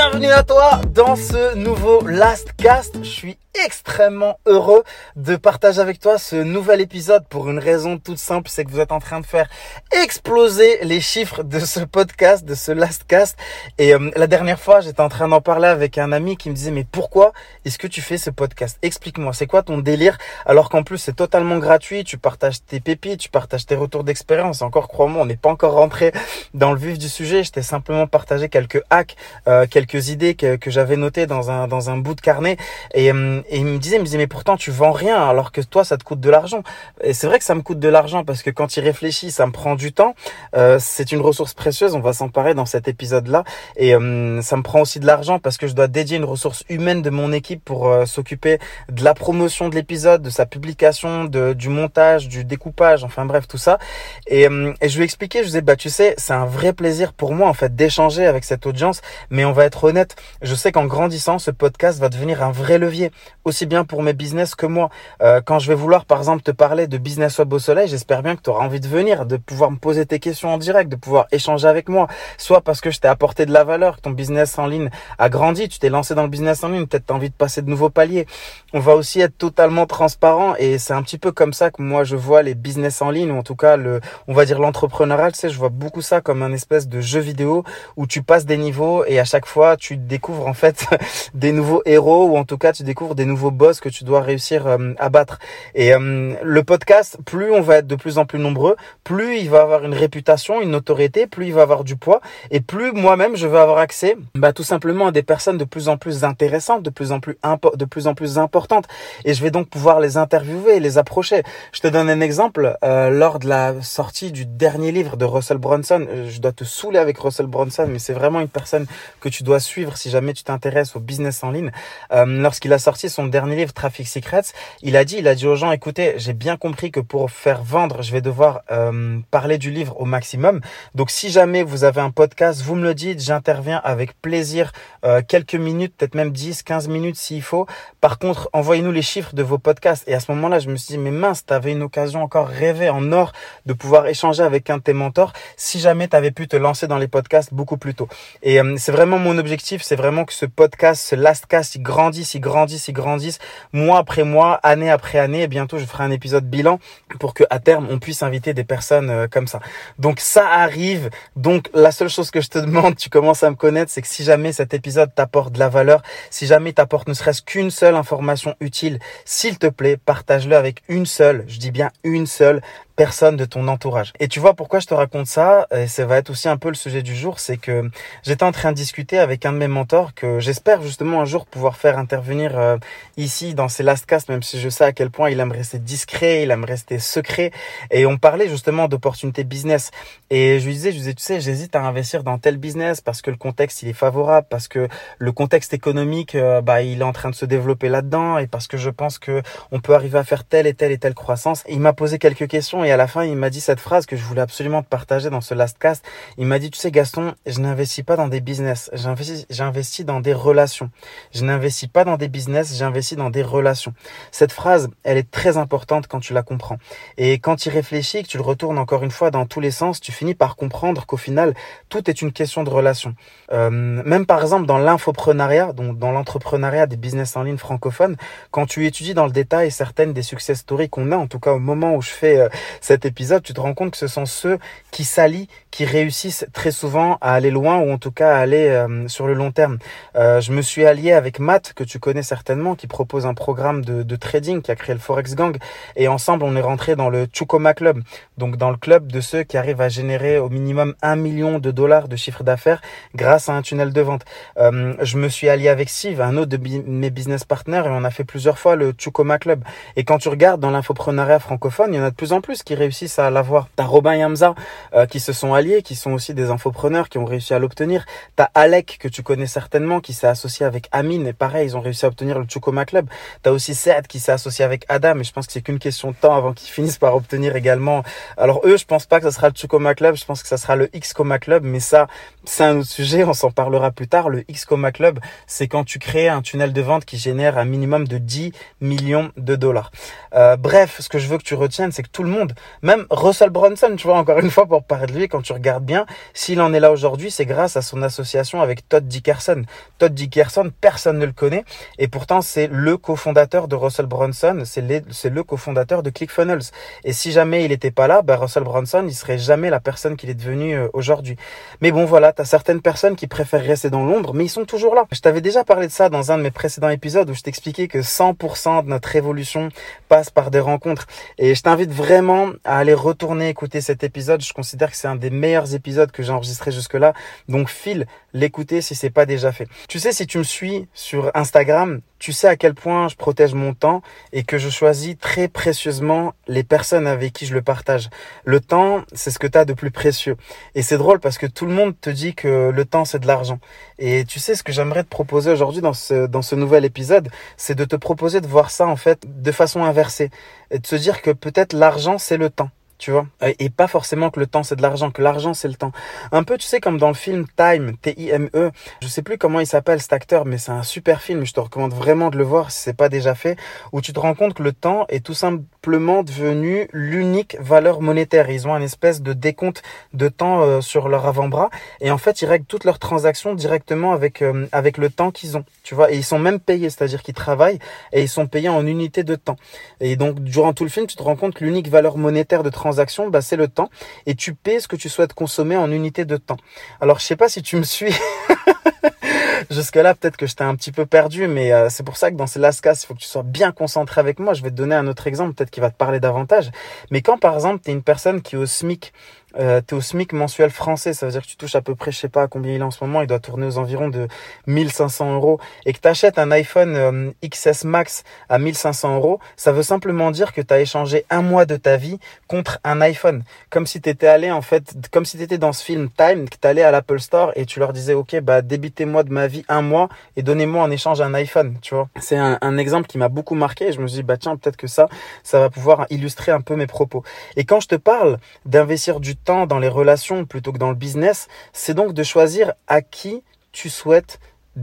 Bienvenue à toi dans ce nouveau Last Cast. Je suis extrêmement heureux de partager avec toi ce nouvel épisode pour une raison toute simple, c'est que vous êtes en train de faire exploser les chiffres de ce podcast, de ce Last Cast. Et la dernière fois, j'étais en train d'en parler avec un ami qui me disait mais pourquoi est-ce que tu fais ce podcast? Explique-moi, c'est quoi ton délire? Alors qu'en plus c'est totalement gratuit, tu partages tes pépites, tu partages tes retours d'expérience. Encore, crois-moi, on n'est pas encore rentré dans le vif du sujet. Je t'ai simplement partagé quelques hacks, quelques idées que j'avais notées dans un bout de carnet. Et il me disait mais pourtant tu vends rien alors que toi ça te coûte de l'argent. Et c'est vrai que ça me coûte de l'argent parce que quand il réfléchit ça me prend du temps. C'est une ressource précieuse, on va s'en parler dans cet épisode-là. Et ça me prend aussi de l'argent parce que je dois dédier une ressource humaine de mon équipe pour s'occuper de la promotion de l'épisode, de sa publication, du montage, du découpage, enfin bref tout ça. Et je lui ai expliqué, je lui disais tu sais c'est un vrai plaisir pour moi en fait d'échanger avec cette audience. Mais on va être honnête, je sais qu'en grandissant ce podcast va devenir un vrai levier. Aussi bien pour mes business que moi. Quand je vais vouloir par exemple te parler de business web au soleil, j'espère bien que tu auras envie de venir, de pouvoir me poser tes questions en direct, de pouvoir échanger avec moi, soit parce que je t'ai apporté de la valeur, que ton business en ligne a grandi, tu t'es lancé dans le business en ligne, peut-être tu as envie de passer de nouveaux paliers. On va aussi être totalement transparent et c'est un petit peu comme ça que moi je vois les business en ligne, ou en tout cas on va dire l'entrepreneuriat, tu sais, je vois beaucoup ça comme un espèce de jeu vidéo où tu passes des niveaux et à chaque fois tu découvres en fait des nouveaux héros, ou en tout cas tu découvres des nouveaux boss que tu dois réussir à battre. Et le podcast, plus on va être de plus en plus nombreux, plus il va avoir une réputation, une notoriété, plus il va avoir du poids, et plus moi-même je vais avoir accès tout simplement à des personnes de plus en plus intéressantes, de plus en plus importantes, et je vais donc pouvoir les interviewer et les approcher. Je te donne un exemple, lors de la sortie du dernier livre de Russell Brunson, je dois te saouler avec Russell Brunson, mais c'est vraiment une personne que tu dois suivre si jamais tu t'intéresses au business en ligne. Lorsqu'il a sorti son dernier livre Traffic Secrets, il a dit aux gens, écoutez, j'ai bien compris que pour faire vendre, je vais devoir parler du livre au maximum. Donc si jamais vous avez un podcast, vous me le dites, j'interviens avec plaisir, quelques minutes, peut-être même 10, 15 minutes s'il faut. Par contre, envoyez-nous les chiffres de vos podcasts. Et à ce moment-là, je me suis dit, mais mince, t'avais une occasion encore rêvée en or de pouvoir échanger avec un de tes mentors si jamais t'avais pu te lancer dans les podcasts beaucoup plus tôt. Et c'est vraiment mon objectif, c'est vraiment que ce podcast, ce Last Cast, il grandisse, mois après mois, année après année. Et bientôt, je ferai un épisode bilan pour que à terme, on puisse inviter des personnes comme ça. Donc, ça arrive. Donc, la seule chose que je te demande, tu commences à me connaître, c'est que si jamais cet épisode t'apporte de la valeur, si jamais t'apporte ne serait-ce qu'une seule information utile, s'il te plaît, partage-le avec une seule, je dis bien une seule personne de ton entourage. Et tu vois pourquoi je te raconte ça, et ça va être aussi un peu le sujet du jour, c'est que j'étais en train de discuter avec un de mes mentors que j'espère justement un jour pouvoir faire intervenir ici dans ces Last Cast, même si je sais à quel point il aime rester discret, il aime rester secret. Et on parlait justement d'opportunités business. Et je lui disais, tu sais, j'hésite à investir dans tel business parce que le contexte il est favorable, parce que le contexte économique il est en train de se développer là-dedans, et parce que je pense que on peut arriver à faire telle et telle croissance. Et il m'a posé quelques questions et à la fin il m'a dit cette phrase que je voulais absolument te partager dans ce Last Cast. Il m'a dit, tu sais Gaston, je n'investis pas dans des business, j'investis dans des relations. Je n'investis pas dans des business, j'investis dans des relations. Cette phrase, elle est très importante quand tu la comprends. Et quand tu y réfléchis, que tu le retournes encore une fois dans tous les sens, tu finis par comprendre qu'au final, tout est une question de relation. Même par exemple dans l'infoprenariat, donc dans l'entrepreneuriat des business en ligne francophones, quand tu étudies dans le détail certaines des success stories qu'on a, en tout cas au moment où je fais cet épisode, tu te rends compte que ce sont ceux qui s'allient, qui réussissent très souvent à aller loin, ou en tout cas à aller sur le long terme. Je me suis allié avec Matt, que tu connais certainement, qui propose un programme de trading, qui a créé le Forex Gang, et ensemble on est rentré dans le Chukoma Club, donc dans le club de ceux qui arrivent à générer au minimum 1 million de dollars de chiffre d'affaires grâce à un tunnel de vente. Je me suis allié avec Steve, un autre de mes business partners, et on a fait plusieurs fois le Chukoma Club. Et quand tu regardes dans l'infoprenariat francophone, il y en a de plus en plus qui réussissent à l'avoir. T'as Robin et Hamza qui se sont alliés, qui sont aussi des infopreneurs, qui ont réussi à l'obtenir. T'as Alec, que tu connais certainement, qui s'est associé avec Amine, et pareil, ils ont réussi à obtenir le Chukoma Club. T'as aussi Seth qui s'est associé avec Adam, et je pense que c'est qu'une question de temps avant qu'ils finissent par obtenir également. Alors eux, je pense pas que ça sera le Chukoma Club, je pense que ça sera le X-Coma Club, mais ça, c'est un autre sujet, on s'en parlera plus tard. Le X-Coma Club, c'est quand tu crées un tunnel de vente qui génère un minimum de 10 millions de dollars. Bref, ce que je veux que tu retiennes, c'est que tout le monde, même Russell Brunson, tu vois, encore une fois, pour parler de lui, quand tu regardes bien, s'il en est là aujourd'hui, c'est grâce à son association avec Todd Dickerson. Todd Dickerson, personne ne le connaît, et pourtant, c'est le cofondateur de Russell Brunson, c'est le cofondateur de ClickFunnels. Et si jamais il n'était pas là, Russell Brunson, il serait jamais la personne qu'il est devenu aujourd'hui. Mais bon, voilà, t'as certaines personnes qui préfèrent rester dans l'ombre, mais ils sont toujours là. Je t'avais déjà parlé de ça dans un de mes précédents épisodes où je t'expliquais que 100% de notre évolution passe par des rencontres. Et je t'invite vraiment à aller retourner écouter cet épisode. Je considère que c'est un des meilleurs épisodes que j'ai enregistré jusque-là. Donc file l'écouter si c'est pas déjà fait. Tu sais, si tu me suis sur Instagram, tu sais à quel point je protège mon temps et que je choisis très précieusement les personnes avec qui je le partage. Le temps, c'est ce que tu as de plus précieux. Et c'est drôle parce que tout le monde te dit que le temps, c'est de l'argent. Et tu sais, ce que j'aimerais te proposer aujourd'hui dans ce nouvel épisode, c'est de te proposer de voir ça en fait de façon inversée. Et de se dire que peut-être l'argent, c'est le temps. Tu vois, et pas forcément que le temps c'est de l'argent, que l'argent c'est le temps. Un peu, tu sais, comme dans le film Time, T-I-M-E, je sais plus comment il s'appelle cet acteur, mais c'est un super film, je te recommande vraiment de le voir si c'est pas déjà fait, où tu te rends compte que le temps est tout simplement devenu l'unique valeur monétaire. Ils ont un espèce de décompte de temps sur leur avant-bras, et en fait, ils règlent toutes leurs transactions directement avec le temps qu'ils ont, tu vois, et ils sont même payés, c'est-à-dire qu'ils travaillent, et ils sont payés en unité de temps. Et donc, durant tout le film, tu te rends compte que l'unique valeur monétaire de transaction, c'est le temps, et tu paies ce que tu souhaites consommer en unité de temps. Alors je sais pas si tu me suis jusque-là, peut-être que je t'ai un petit peu perdu, mais c'est pour ça que dans ces last-casts, il faut que tu sois bien concentré avec moi. Je vais te donner un autre exemple, peut-être qui va te parler davantage. Mais quand par exemple, tu es une personne qui est au SMIC, t'es au SMIC mensuel français, ça veut dire que tu touches à peu près, je sais pas à combien il est en ce moment, il doit tourner aux environs de 1500 euros, et que tu achètes un iPhone XS Max à 1500 euros, ça veut simplement dire que tu as échangé un mois de ta vie contre un iPhone. Comme si tu étais allé, en fait, comme si tu étais dans ce film Time, que tu allais à l'Apple Store et tu leur disais, ok, débitez-moi de ma vie un mois et donnez-moi en échange un iPhone, tu vois. C'est un exemple qui m'a beaucoup marqué, et je me suis dit, tiens, peut-être que ça va pouvoir illustrer un peu mes propos. Et quand je te parle d'investir du temps dans les relations plutôt que dans le business, c'est donc de choisir à qui tu souhaites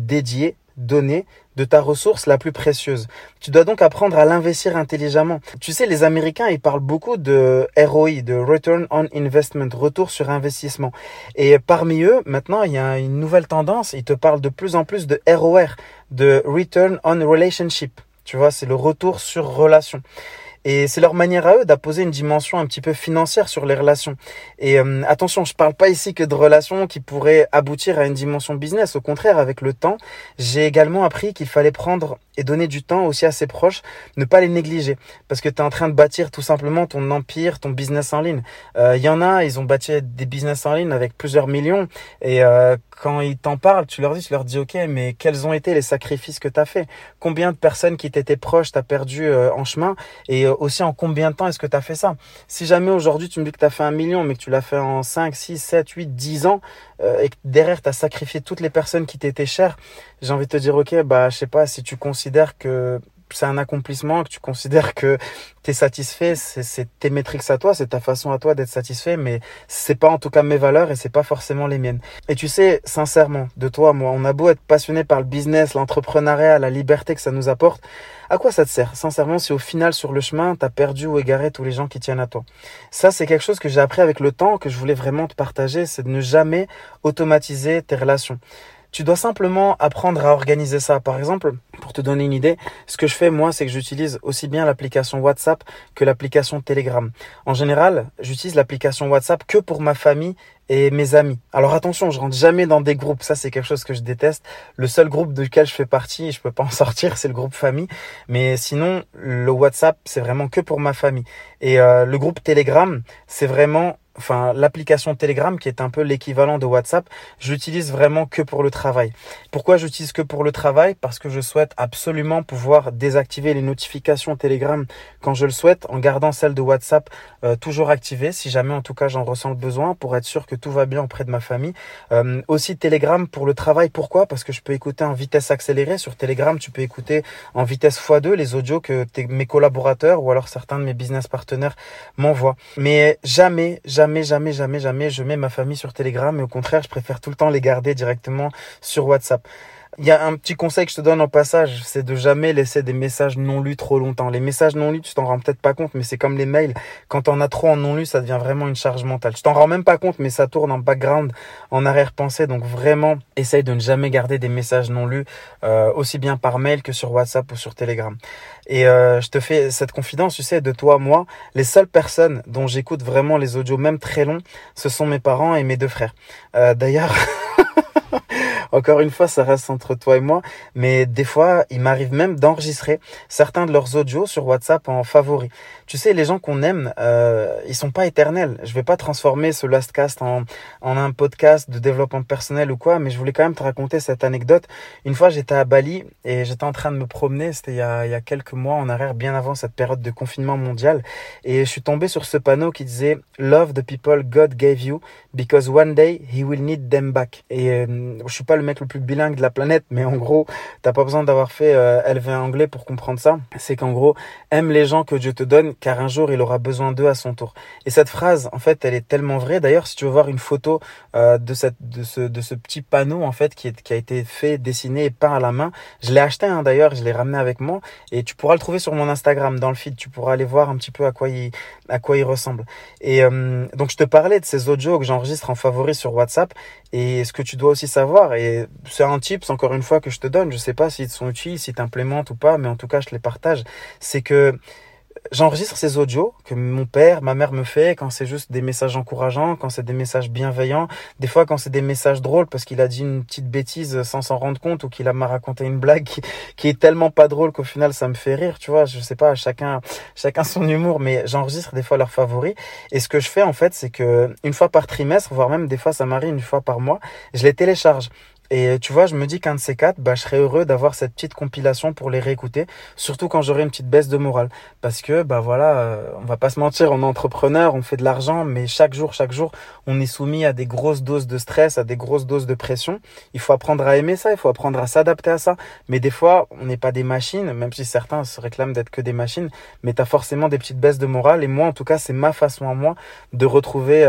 donner de ta ressource la plus précieuse. Tu dois donc apprendre à l'investir intelligemment. Tu sais, les Américains, ils parlent beaucoup de ROI, de Return on Investment, retour sur investissement. Et parmi eux, maintenant, il y a une nouvelle tendance, ils te parlent de plus en plus de ROR, de Return on Relationship. Tu vois, c'est le retour sur relation. Et c'est leur manière à eux d'apposer une dimension un petit peu financière sur les relations. Et attention, je parle pas ici que de relations qui pourraient aboutir à une dimension business. Au contraire, avec le temps, j'ai également appris qu'il fallait prendre et donner du temps aussi à ses proches, ne pas les négliger. Parce que tu es en train de bâtir tout simplement ton empire, ton business en ligne. Il y en a, ils ont bâti des business en ligne avec plusieurs millions. Et quand ils t'en parlent, tu leur dis, ok, mais quels ont été les sacrifices que tu as fait? Combien de personnes qui t'étaient proches t'as perdu en chemin? Et aussi en combien de temps est-ce que tu as fait ça? Si jamais aujourd'hui tu me dis que tu as fait 1 million, mais que tu l'as fait en 5, 6, 7, 8, 10 ans, et que derrière tu as sacrifié toutes les personnes qui t'étaient chères, j'ai envie de te dire, ok, je sais pas, si tu considères que c'est un accomplissement, que tu considères que tu es satisfait, c'est tes métriques à toi, c'est ta façon à toi d'être satisfait, mais c'est pas en tout cas mes valeurs et c'est pas forcément les miennes. Et tu sais, sincèrement, de toi, moi, on a beau être passionné par le business, l'entrepreneuriat, la liberté que ça nous apporte, à quoi ça te sert? Sincèrement, si au final, sur le chemin, t'as perdu ou égaré tous les gens qui tiennent à toi. Ça, c'est quelque chose que j'ai appris avec le temps, que je voulais vraiment te partager, c'est de ne jamais automatiser tes relations. Tu dois simplement apprendre à organiser ça. Par exemple, pour te donner une idée, ce que je fais moi, c'est que j'utilise aussi bien l'application WhatsApp que l'application Telegram. En général, j'utilise l'application WhatsApp que pour ma famille et mes amis. Alors attention, je rentre jamais dans des groupes, ça c'est quelque chose que je déteste. Le seul groupe duquel je fais partie, je peux pas en sortir, c'est le groupe famille. Mais sinon, le WhatsApp, c'est vraiment que pour ma famille. Et le groupe Telegram, c'est vraiment... l'application Telegram qui est un peu l'équivalent de WhatsApp, je l'utilise vraiment que pour le travail. Pourquoi j'utilise que pour le travail? Parce que je souhaite absolument pouvoir désactiver les notifications Telegram quand je le souhaite, en gardant celles de WhatsApp toujours activées, si jamais en tout cas j'en ressens le besoin, pour être sûr que tout va bien auprès de ma famille. Aussi Telegram pour le travail, pourquoi? Parce que je peux écouter en vitesse accélérée. Sur Telegram, tu peux écouter en vitesse x2 les audios que mes collaborateurs ou alors certains de mes business partenaires m'envoient. Mais jamais jamais je mets ma famille sur Telegram, et au contraire, je préfère tout le temps les garder directement sur WhatsApp. Il y a un petit conseil que je te donne en passage, c'est de jamais laisser des messages non lus trop longtemps. Les messages non lus, tu t'en rends peut-être pas compte, mais c'est comme les mails. Quand t'en as trop en non lus, ça devient vraiment une charge mentale. Tu t'en rends même pas compte, mais ça tourne en background, en arrière-pensée. Donc vraiment, essaye de ne jamais garder des messages non lus, aussi bien par mail que sur WhatsApp ou sur Telegram. Et je te fais cette confidence, tu sais, de toi, moi, les seules personnes dont j'écoute vraiment les audios, même très longs, ce sont mes parents et mes 2 frères. D'ailleurs... Encore une fois, ça reste entre toi et moi, mais des fois, il m'arrive même d'enregistrer certains de leurs audios sur WhatsApp en favoris. Tu sais, les gens qu'on aime, ils sont pas éternels. Je vais pas transformer ce Lastcast en un podcast de développement personnel ou quoi, mais je voulais quand même te raconter cette anecdote. Une fois, j'étais à Bali et j'étais en train de me promener, c'était il y a quelques mois en arrière, bien avant cette période de confinement mondial, et je suis tombé sur ce panneau qui disait « Love the people God gave you, because one day he will need them back ». Et je suis pas le mec le plus bilingue de la planète, mais en gros, t'as pas besoin d'avoir fait LV anglais pour comprendre ça. C'est qu'en gros, aime les gens que Dieu te donne, car un jour il aura besoin d'eux à son tour. Et cette phrase, en fait, elle est tellement vraie. D'ailleurs, si tu veux voir une photo de ce petit panneau, en fait, qui a été fait, dessiné et peint à la main, je l'ai acheté, d'ailleurs, je l'ai ramené avec moi, et tu pourras le trouver sur mon Instagram, dans le feed. Tu pourras aller voir un petit peu à quoi il ressemble. Et donc, je te parlais de ces audios que j'enregistre en favori sur WhatsApp, et ce que tu dois aussi savoir, et c'est un tips encore une fois que je te donne, je sais pas s'ils sont utiles, si tu implémentes ou pas, mais en tout cas je les partage, c'est que j'enregistre ces audios que mon père, ma mère me fait quand c'est juste des messages encourageants, quand c'est des messages bienveillants, des fois quand c'est des messages drôles parce qu'il a dit une petite bêtise sans s'en rendre compte ou qu'il m'a raconté une blague qui est tellement pas drôle qu'au final ça me fait rire, tu vois, je sais pas, chacun son humour, mais j'enregistre des fois leurs favoris. Et ce que je fais en fait, c'est que une fois par trimestre, voire même des fois ça m'arrive une fois par mois, je les télécharge. Et tu vois, je me dis qu'un de ces 4, je serais heureux d'avoir cette petite compilation pour les réécouter, surtout quand j'aurai une petite baisse de morale. Parce que, voilà, on va pas se mentir, on est entrepreneur, on fait de l'argent, mais chaque jour, on est soumis à des grosses doses de stress, à des grosses doses de pression. Il faut apprendre à aimer ça, il faut apprendre à s'adapter à ça. Mais des fois, on n'est pas des machines, même si certains se réclament d'être que des machines, mais t'as forcément des petites baisses de morale. Et moi, en tout cas, c'est ma façon à moi de retrouver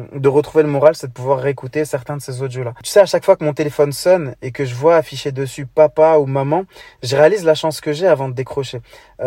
le moral, c'est de pouvoir réécouter certains de ces audios-là. Tu sais, à chaque fois que mon téléphone sonne et que je vois affiché dessus papa ou maman, je réalise la chance que j'ai avant de décrocher.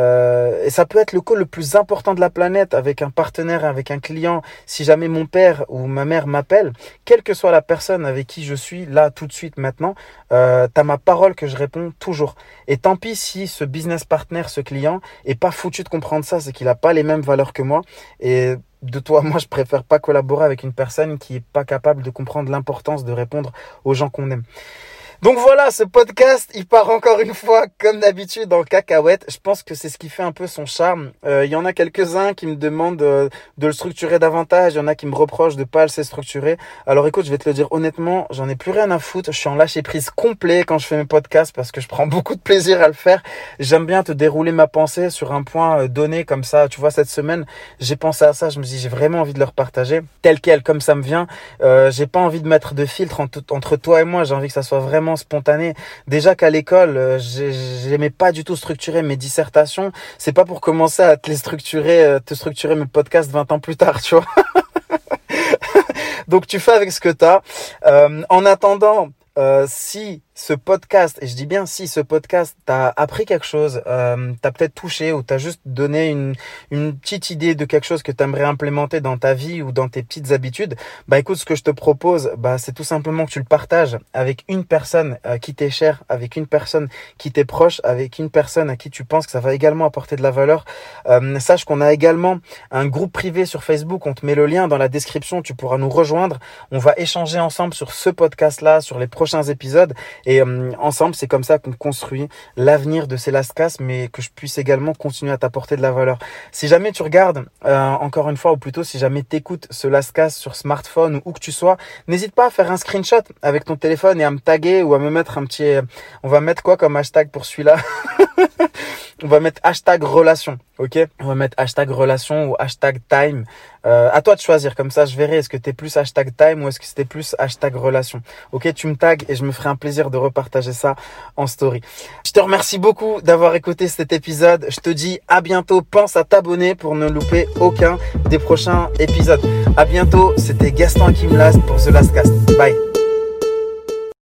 Et ça peut être le call le plus important de la planète avec un partenaire, avec un client. Si jamais mon père ou ma mère m'appelle, quelle que soit la personne avec qui je suis là tout de suite maintenant, t'as ma parole que je réponds toujours. Et tant pis si ce business partner, ce client, est pas foutu de comprendre ça, c'est qu'il a pas les mêmes valeurs que moi. Et de toi, moi, je préfère pas collaborer avec une personne qui est pas capable de comprendre l'importance de répondre aux gens qu'on aime. Donc voilà, ce podcast, il part encore une fois, comme d'habitude, en cacahuète. Je pense que c'est ce qui fait un peu son charme. Il y en a quelques-uns qui me demandent de le structurer davantage. Il y en a qui me reprochent de pas assez structurer. Alors écoute, je vais te le dire honnêtement, j'en ai plus rien à foutre. Je suis en lâcher prise complet quand je fais mes podcasts parce que je prends beaucoup de plaisir à le faire. J'aime bien te dérouler ma pensée sur un point donné comme ça. Tu vois, cette semaine, j'ai pensé à ça. Je me dis, j'ai vraiment envie de le repartager tel quel, comme ça me vient. J'ai pas envie de mettre de filtre entre toi et moi. J'ai envie que ça soit vraiment spontané. Déjà qu'à l'école, j'aimais pas du tout structurer mes dissertations. C'est pas pour commencer à te structurer mes podcasts 20 ans plus tard, tu vois. Donc tu fais avec ce que t'as. En attendant, si ce podcast, et je dis bien si ce podcast t'a appris quelque chose, t'a peut-être touché ou t'a juste donné une petite idée de quelque chose que t'aimerais implémenter dans ta vie ou dans tes petites habitudes, écoute, ce que je te propose, c'est tout simplement que tu le partages avec une personne qui t'est chère, avec une personne qui t'est proche, avec une personne à qui tu penses que ça va également apporter de la valeur. Sache qu'on a également un groupe privé sur Facebook, on te met le lien dans la description, tu pourras nous rejoindre. On va échanger ensemble sur ce podcast-là, sur les prochains épisodes. Et ensemble, c'est comme ça qu'on construit l'avenir de ces Lastcast, mais que je puisse également continuer à t'apporter de la valeur. Si jamais tu regardes, encore une fois, ou plutôt si jamais t'écoutes ce Lastcast sur smartphone ou où que tu sois, n'hésite pas à faire un screenshot avec ton téléphone et à me taguer ou à me mettre un petit... On va mettre quoi comme hashtag pour celui-là? on va mettre hashtag relation. Ok, on va mettre hashtag relation ou hashtag time. À toi de choisir. Comme ça, je verrai est-ce que t'es plus hashtag time ou est-ce que c'était plus hashtag relation. Ok, tu me tags et je me ferai un plaisir de repartager ça en story. Je te remercie beaucoup d'avoir écouté cet épisode. Je te dis à bientôt. Pense à t'abonner pour ne louper aucun des prochains épisodes. À bientôt. C'était Gaston Hakim Last pour The Last Cast. Bye.